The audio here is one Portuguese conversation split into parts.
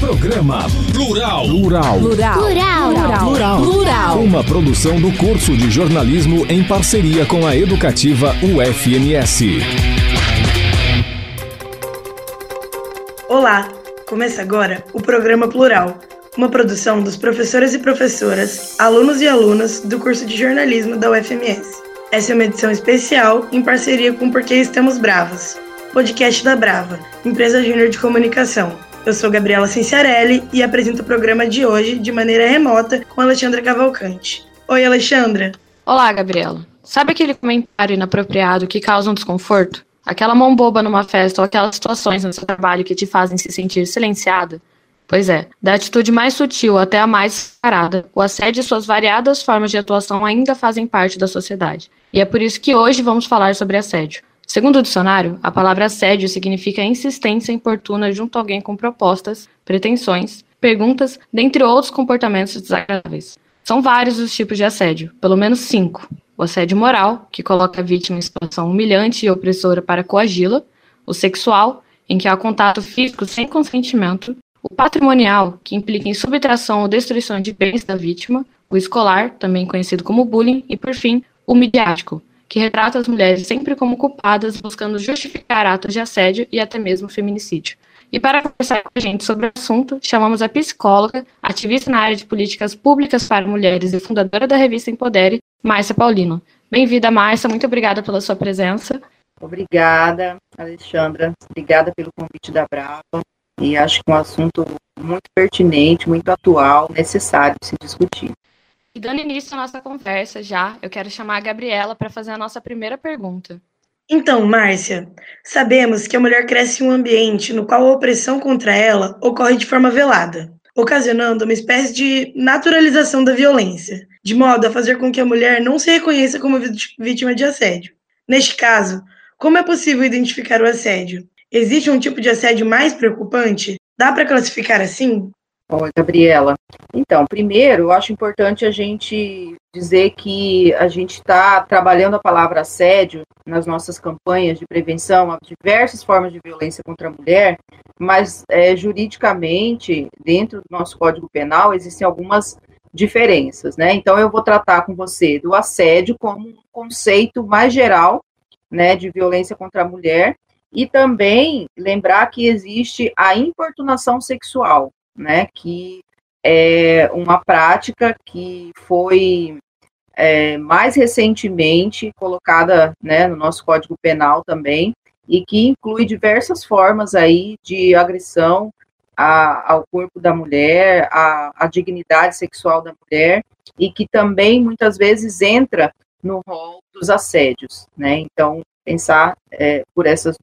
Programa Plural. Uma produção do curso de jornalismo em parceria com a educativa UFMS. Olá, começa agora o programa Plural, uma produção dos professores e professoras, alunos e alunas do curso de jornalismo da UFMS. Essa é uma edição especial em parceria com Porque Estamos Bravas, podcast da Brava, empresa júnior de comunicação. Eu sou Gabriela Cinciarelli e apresento o programa de hoje de maneira remota com a Alexandra Cavalcante. Oi, Alexandra. Olá, Gabriela. Sabe aquele comentário inapropriado que causa um desconforto? Aquela mão boba numa festa ou aquelas situações no seu trabalho que te fazem se sentir silenciada? Pois é, da atitude mais sutil até a mais descarada, o assédio e suas variadas formas de atuação ainda fazem parte da sociedade. E é por isso que hoje vamos falar sobre assédio. Segundo o dicionário, a palavra assédio significa insistência importuna junto a alguém com propostas, pretensões, perguntas, dentre outros comportamentos desagradáveis. São vários os tipos de assédio, pelo menos 5. O assédio moral, que coloca a vítima em situação humilhante e opressora para coagi-la. O sexual, em que há contato físico sem consentimento. O patrimonial, que implica em subtração ou destruição de bens da vítima. O escolar, também conhecido como bullying. E, por fim, o midiático, que retrata as mulheres sempre como culpadas, buscando justificar atos de assédio e até mesmo feminicídio. E para conversar com a gente sobre o assunto, chamamos a psicóloga, ativista na área de políticas públicas para mulheres e fundadora da revista Empodere, Márcia Paulino. Bem-vinda, Márcia, muito obrigada pela sua presença. Obrigada, Alexandra, obrigada pelo convite da Brava, e acho que é um assunto muito pertinente, muito atual, necessário de se discutir. E dando início à nossa conversa eu quero chamar a Gabriela para fazer a nossa primeira pergunta. Então, Márcia, sabemos que a mulher cresce em um ambiente no qual a opressão contra ela ocorre de forma velada, ocasionando uma espécie de naturalização da violência, de modo a fazer com que a mulher não se reconheça como vítima de assédio. Neste caso, como é possível identificar o assédio? Existe um tipo de assédio mais preocupante? Dá para classificar assim? Oi, Gabriela. Então, primeiro, eu acho importante a gente dizer que a gente está trabalhando a palavra assédio nas nossas campanhas de prevenção a diversas formas de violência contra a mulher, mas juridicamente, dentro do nosso Código Penal, existem algumas diferenças, né? Então, eu vou tratar com você do assédio como um conceito mais geral, né, de violência contra a mulher, e também lembrar que existe a importunação sexual, né, que é uma prática que foi mais recentemente colocada, né, no nosso Código Penal também, e que inclui diversas formas aí de agressão ao corpo da mulher, à dignidade sexual da mulher, e que também muitas vezes entra no rol dos assédios, né? Então, pensar por essas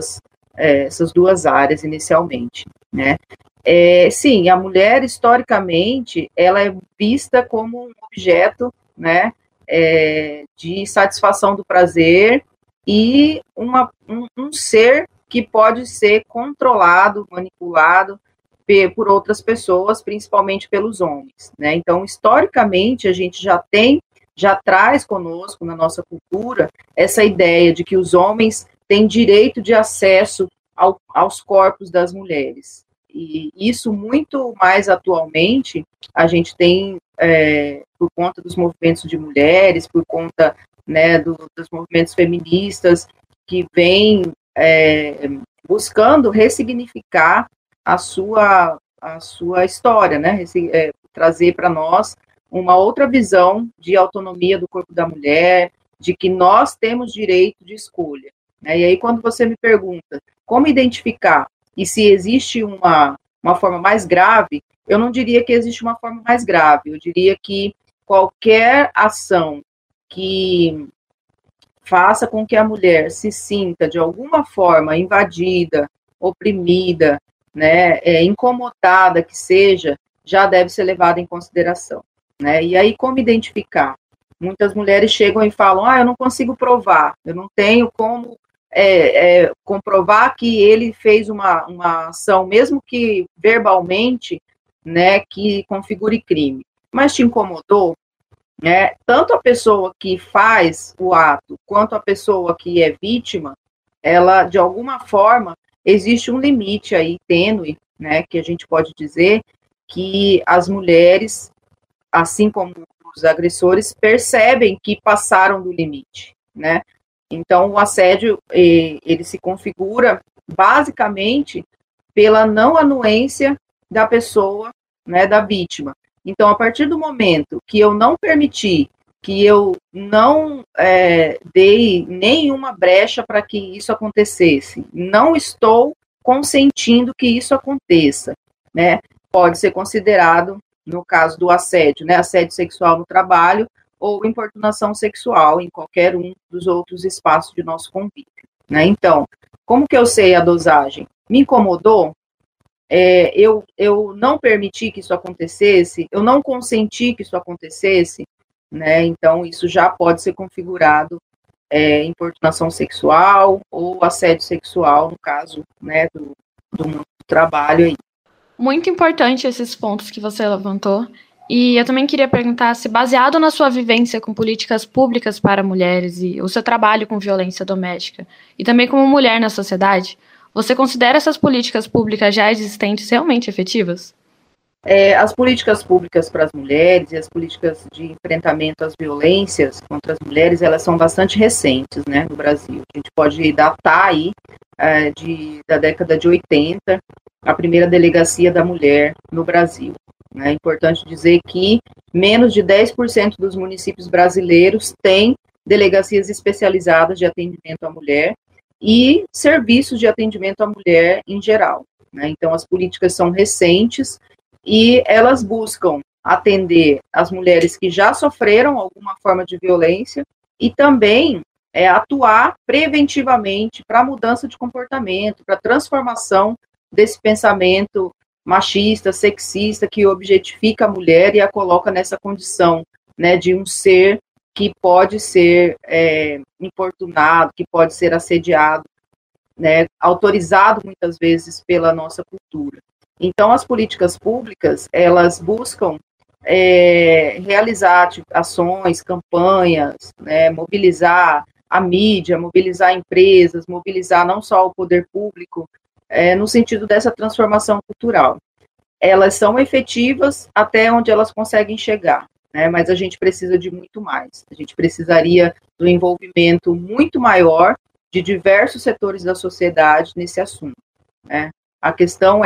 duas áreas inicialmente, né? Sim, a mulher, historicamente, ela é vista como um objeto, né, de satisfação do prazer e um ser que pode ser controlado, manipulado por outras pessoas, principalmente pelos homens, né? Então, historicamente, a gente já traz conosco, na nossa cultura, essa ideia de que os homens têm direito de acesso aos corpos das mulheres. E isso muito mais atualmente a gente tem por conta dos movimentos de mulheres, por conta, né, dos movimentos feministas que vêm buscando ressignificar a sua história, né, trazer para nós uma outra visão de autonomia do corpo da mulher, de que nós temos direito de escolha, né? E aí quando você me pergunta como identificar e se existe uma forma mais grave, eu não diria que existe uma forma mais grave, eu diria que qualquer ação que faça com que a mulher se sinta, de alguma forma, invadida, oprimida, né, incomodada que seja, já deve ser levada em consideração, né? E aí, como identificar? Muitas mulheres chegam e falam, eu não consigo provar, eu não tenho como comprovar que ele fez uma ação, mesmo que verbalmente, né, que configure crime. Mas te incomodou? Né? Tanto a pessoa que faz o ato, quanto a pessoa que é vítima, ela, de alguma forma, existe um limite aí tênue, né, que a gente pode dizer que as mulheres, assim como os agressores, percebem que passaram do limite, né? Então, o assédio, ele se configura basicamente pela não anuência da pessoa, né, da vítima. Então, a partir do momento que eu não permiti, que eu não dei nenhuma brecha para que isso acontecesse, não estou consentindo que isso aconteça, né, pode ser considerado, no caso do assédio, né, assédio sexual no trabalho ou importunação sexual em qualquer um dos outros espaços de nosso convívio, né. Então, como que eu sei a dosagem? Me incomodou? Eu não permiti que isso acontecesse, eu não consenti que isso acontecesse, né? Então, isso já pode ser configurado importunação sexual ou assédio sexual, no caso, né, do trabalho aí. Muito importante esses pontos que você levantou. E eu também queria perguntar se, baseado na sua vivência com políticas públicas para mulheres e o seu trabalho com violência doméstica, e também como mulher na sociedade, você considera essas políticas públicas já existentes realmente efetivas? As políticas públicas para as mulheres e as políticas de enfrentamento às violências contra as mulheres, elas são bastante recentes, né, no Brasil. A gente pode datar aí da década de 80, a primeira delegacia da mulher no Brasil. É importante dizer que menos de 10% dos municípios brasileiros têm delegacias especializadas de atendimento à mulher e serviços de atendimento à mulher em geral, né? Então, as políticas são recentes e elas buscam atender as mulheres que já sofreram alguma forma de violência e também atuar preventivamente para a mudança de comportamento, para a transformação desse pensamento machista, sexista, que objetifica a mulher e a coloca nessa condição, né, de um ser que pode ser importunado, que pode ser assediado, né, autorizado muitas vezes pela nossa cultura. Então, as políticas públicas, elas buscam realizar ações, campanhas, né, mobilizar a mídia, mobilizar empresas, mobilizar não só o poder público, no sentido dessa transformação cultural. Elas são efetivas até onde elas conseguem chegar, né? Mas a gente precisa de muito mais. A gente precisaria do envolvimento muito maior de diversos setores da sociedade nesse assunto, né? A questão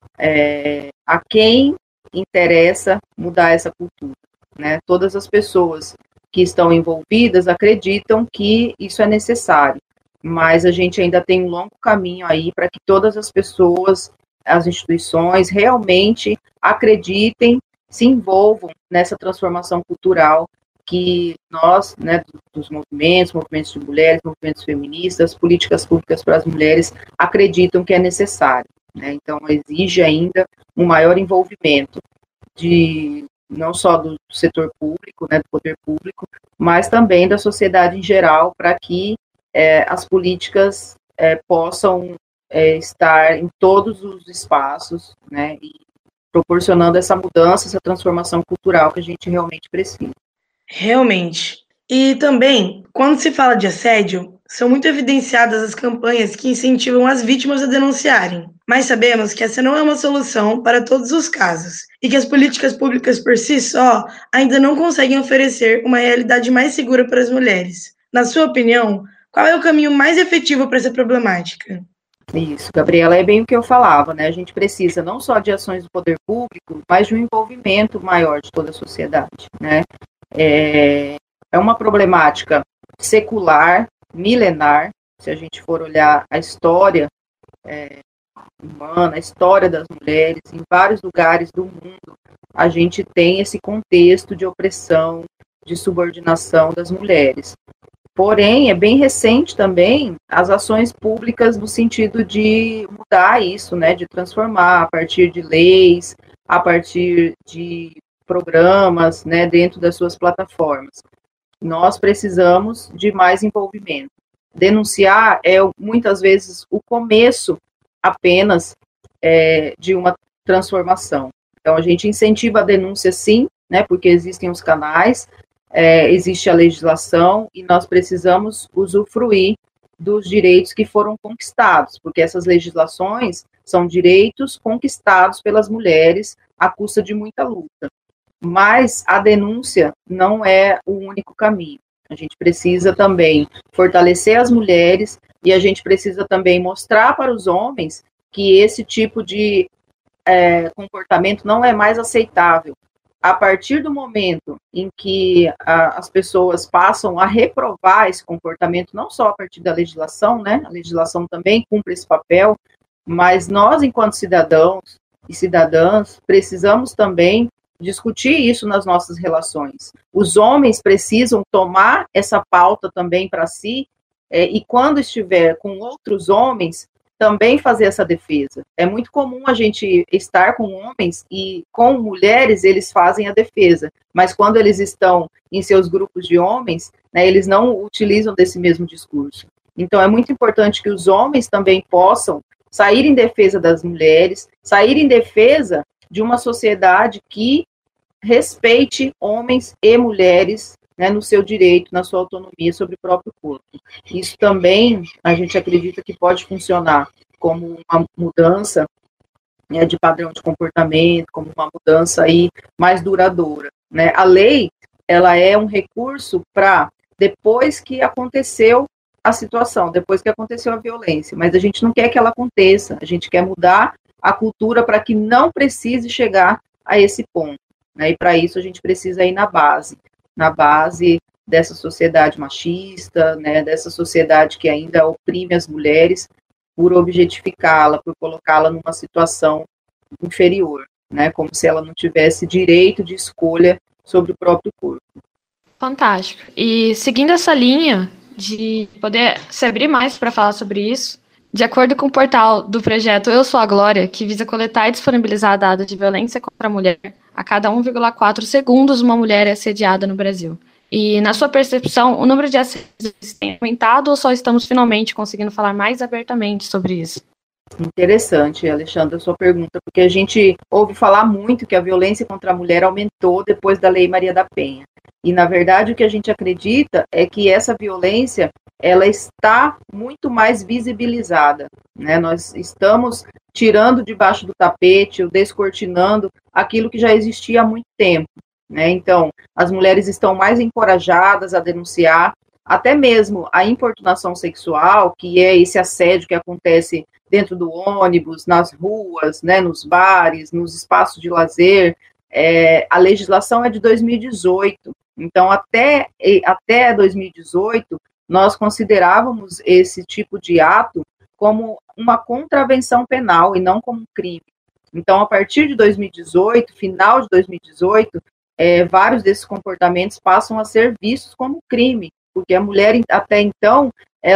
a quem interessa mudar essa cultura, né? Todas as pessoas que estão envolvidas acreditam que isso é necessário, mas a gente ainda tem um longo caminho aí para que todas as pessoas, as instituições, realmente acreditem, se envolvam nessa transformação cultural que nós, né, dos movimentos de mulheres, movimentos feministas, políticas públicas para as mulheres, acreditam que é necessário, né? Então, exige ainda um maior envolvimento não só do setor público, né, do poder público, mas também da sociedade em geral, para que as políticas possam estar em todos os espaços, né, e proporcionando essa mudança, essa transformação cultural que a gente realmente precisa. Realmente. E também, quando se fala de assédio, são muito evidenciadas as campanhas que incentivam as vítimas a denunciarem. Mas sabemos que essa não é uma solução para todos os casos e que as políticas públicas por si só ainda não conseguem oferecer uma realidade mais segura para as mulheres. Na sua opinião, qual é o caminho mais efetivo para essa problemática? Isso, Gabriela, é bem o que eu falava, né? A gente precisa não só de ações do poder público, mas de um envolvimento maior de toda a sociedade, né? É uma problemática secular, milenar, se a gente for olhar a história humana, a história das mulheres, em vários lugares do mundo, a gente tem esse contexto de opressão, de subordinação das mulheres. Porém, é bem recente também as ações públicas no sentido de mudar isso, né, de transformar a partir de leis, a partir de programas, né, dentro das suas plataformas. Nós precisamos de mais envolvimento. Denunciar é muitas vezes o começo apenas de uma transformação. Então, a gente incentiva a denúncia sim, né, porque existem os canais, existe a legislação e nós precisamos usufruir dos direitos que foram conquistados, porque essas legislações São direitos conquistados pelas mulheres à custa de muita luta. Mas a denúncia não é o único caminho. A gente precisa também fortalecer as mulheres e a gente precisa também mostrar para os homens que esse tipo de comportamento não é mais aceitável. A partir do momento em que as pessoas passam a reprovar esse comportamento, não só a partir da legislação, né? A legislação também cumpre esse papel, mas nós, enquanto cidadãos e cidadãs, precisamos também discutir isso nas nossas relações. Os homens precisam tomar essa pauta também para si, e quando estiver com outros homens, também fazer essa defesa. É muito comum a gente estar com homens e com mulheres eles fazem a defesa, mas quando eles estão em seus grupos de homens, né, eles não utilizam desse mesmo discurso. Então é muito importante que os homens também possam sair em defesa das mulheres, sair em defesa de uma sociedade que respeite homens e mulheres, né, no seu direito, na sua autonomia sobre o próprio corpo. Isso também, a gente acredita que pode funcionar como uma mudança, né, de padrão de comportamento, como uma mudança aí mais duradoura, né? A lei, ela é um recurso para depois que aconteceu a situação, depois que aconteceu a violência, mas a gente não quer que ela aconteça, a gente quer mudar a cultura para que não precise chegar a esse ponto, né? E para isso a gente precisa ir na base dessa sociedade machista, né, dessa sociedade que ainda oprime as mulheres por objetificá-la, por colocá-la numa situação inferior, né, como se ela não tivesse direito de escolha sobre o próprio corpo. Fantástico. E seguindo essa linha de poder se abrir mais para falar sobre isso, de acordo com o portal do projeto Eu Sou a Glória, que visa coletar e disponibilizar dados de violência contra a mulher, a cada 1,4 segundos uma mulher é assediada no Brasil. E, na sua percepção, o número de assédios tem aumentado ou só estamos finalmente conseguindo falar mais abertamente sobre isso? Interessante, Alexandra, a sua pergunta, porque a gente ouve falar muito que a violência contra a mulher aumentou depois da Lei Maria da Penha. E, na verdade, o que a gente acredita é que essa violência, ela está muito mais visibilizada, né? Nós estamos tirando debaixo do tapete, ou descortinando aquilo que já existia há muito tempo, né? Então, as mulheres estão mais encorajadas a denunciar, até mesmo a importunação sexual, que é esse assédio que acontece dentro do ônibus, nas ruas, né, nos bares, nos espaços de lazer. A legislação é de 2018, então até 2018 nós considerávamos esse tipo de ato como uma contravenção penal e não como um crime. Então, a partir de 2018, final de 2018, vários desses comportamentos passam a ser vistos como crime, porque a mulher, até então,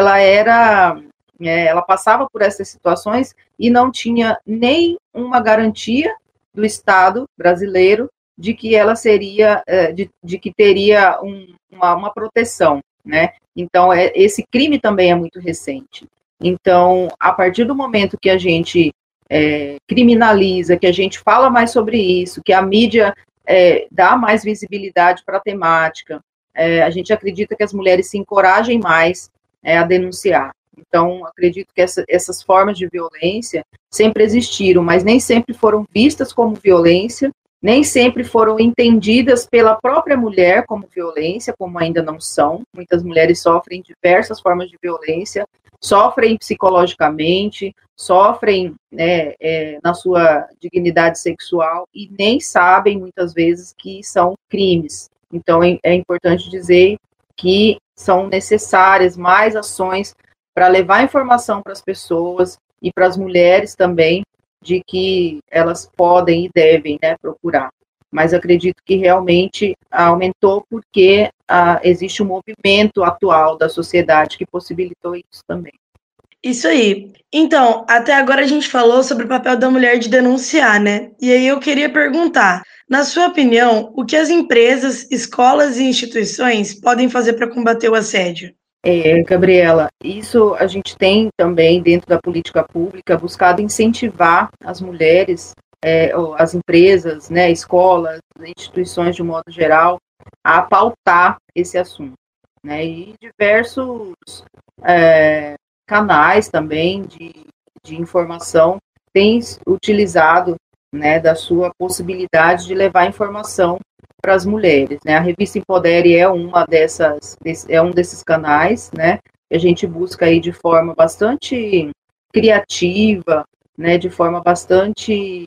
ela passava por essas situações e não tinha nem uma garantia do Estado brasileiro de que ela seria, de que teria uma proteção, né? Então, esse crime também é muito recente. Então, a partir do momento que a gente criminaliza, que a gente fala mais sobre isso, que a mídia dá mais visibilidade para a temática, a gente acredita que as mulheres se encorajem mais a denunciar. Então, acredito que essas formas de violência sempre existiram, mas nem sempre foram vistas como violência, nem sempre foram entendidas pela própria mulher como violência, como ainda não são. Muitas mulheres sofrem diversas formas de violência, sofrem psicologicamente, sofrem na sua dignidade sexual e nem sabem, muitas vezes, que são crimes. Então, é importante dizer que são necessárias mais ações para levar informação para as pessoas e para as mulheres também, de que elas podem e devem, né, procurar. Mas acredito que realmente aumentou porque existe um movimento atual da sociedade que possibilitou isso também. Isso aí. Então, até agora a gente falou sobre o papel da mulher de denunciar, né? E aí eu queria perguntar, na sua opinião, o que as empresas, escolas e instituições podem fazer para combater o assédio? Gabriela, isso a gente tem também dentro da política pública buscado incentivar as mulheres, as empresas, né, escolas, instituições de um modo geral, a pautar esse assunto, né, e diversos canais também de informação tem utilizado, né, da sua possibilidade de levar informação para as mulheres, né? A revista Empodere é um desses canais, né? Que a gente busca aí de forma bastante criativa, né? De forma bastante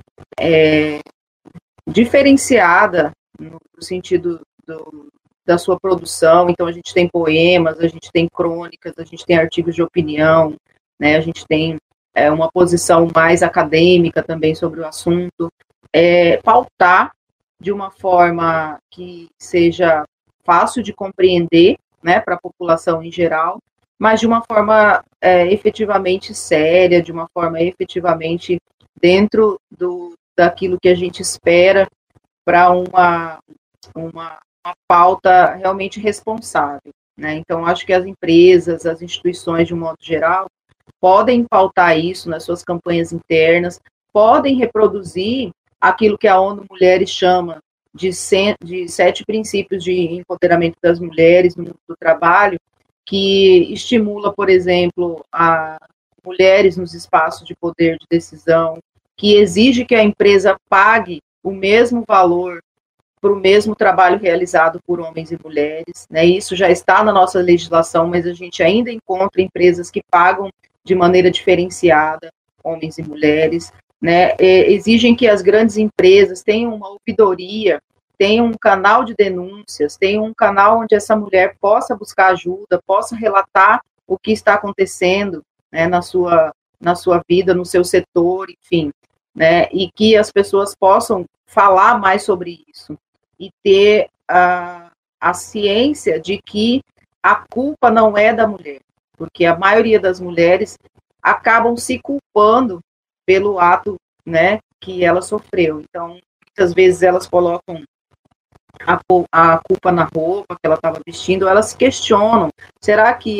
diferenciada no sentido da sua produção. Então a gente tem poemas, a gente tem crônicas, a gente tem artigos de opinião, né? A gente tem uma posição mais acadêmica também sobre o assunto, pautar de uma forma que seja fácil de compreender, né, para a população em geral, mas de uma forma efetivamente séria, de uma forma efetivamente dentro daquilo que a gente espera para uma pauta realmente responsável, né? Então, acho que as empresas, as instituições, de um modo geral, podem pautar isso nas suas campanhas internas, podem reproduzir aquilo que a ONU Mulheres chama de 7 princípios de empoderamento das mulheres no mundo do trabalho, que estimula, por exemplo, a mulheres nos espaços de poder de decisão, que exige que a empresa pague o mesmo valor para o mesmo trabalho realizado por homens e mulheres, né? Isso já está na nossa legislação, mas a gente ainda encontra empresas que pagam de maneira diferenciada homens e mulheres, né? Exigem que as grandes empresas tenham uma ouvidoria, tenham um canal de denúncias, tenham um canal onde essa mulher possa buscar ajuda, possa relatar o que está acontecendo, né, na sua vida, no seu setor, enfim, né? E que as pessoas possam falar mais sobre isso e ter a ciência de que a culpa não é da mulher, porque a maioria das mulheres acabam se culpando pelo ato, né, que ela sofreu. Então, muitas vezes elas colocam a culpa na roupa que ela estava vestindo, elas se questionam, será que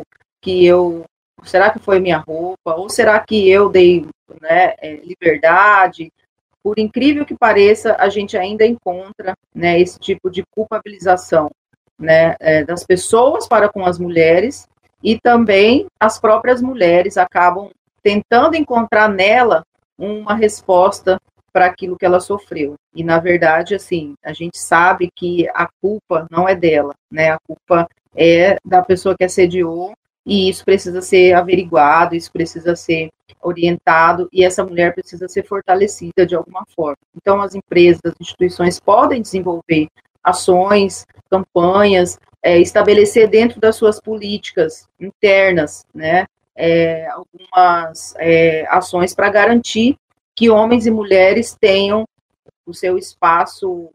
foi minha roupa? Ou será que eu dei, né, liberdade? Por incrível que pareça, a gente ainda encontra, né, esse tipo de culpabilização, né, das pessoas para com as mulheres, e também as próprias mulheres acabam tentando encontrar nela uma resposta para aquilo que ela sofreu. E, na verdade, assim, a gente sabe que a culpa não é dela, né? A culpa é da pessoa que assediou, e isso precisa ser averiguado, isso precisa ser orientado, e essa mulher precisa ser fortalecida de alguma forma. Então, as empresas, as instituições podem desenvolver ações, campanhas, estabelecer dentro das suas políticas internas, né, algumas ações para garantir que homens e mulheres tenham o seu espaço,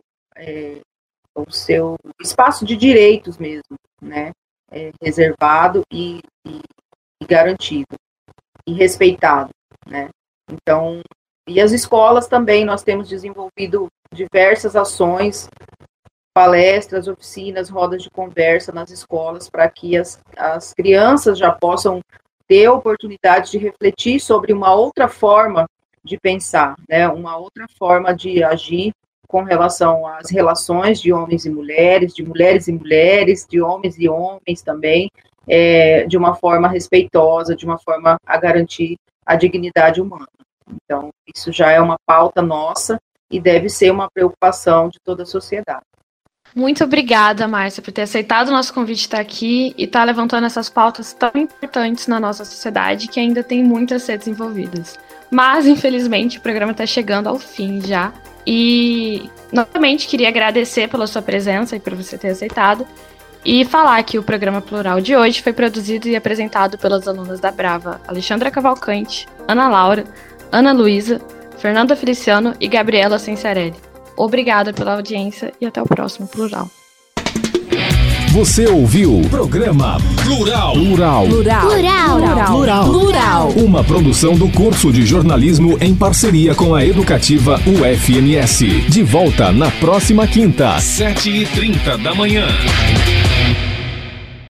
de direitos mesmo, né, reservado e garantido e respeitado, né. Então, e as escolas também, nós temos desenvolvido diversas ações, palestras, oficinas, rodas de conversa nas escolas, para que as crianças já possam ter a oportunidade de refletir sobre uma outra forma de pensar, né, uma outra forma de agir com relação às relações de homens e mulheres e mulheres, de homens e homens também, de uma forma respeitosa, de uma forma a garantir a dignidade humana. Então, isso já é uma pauta nossa e deve ser uma preocupação de toda a sociedade. Muito obrigada, Márcia, por ter aceitado o nosso convite de estar aqui e estar levantando essas pautas tão importantes na nossa sociedade, que ainda tem muitas a ser desenvolvidas. Mas, infelizmente, o programa está chegando ao fim já. E, novamente, queria agradecer pela sua presença e por você ter aceitado. E falar que o programa Plural de hoje foi produzido e apresentado pelas alunas da Brava Alexandra Cavalcante, Ana Laura, Ana Luísa, Fernanda Feliciano e Gabriela Sensiarelli. Obrigada pela audiência e até o próximo Plural. Você ouviu o programa Plural. Uma produção do curso de jornalismo em parceria com a educativa UFMS. De volta na próxima quinta, 7h30 da manhã.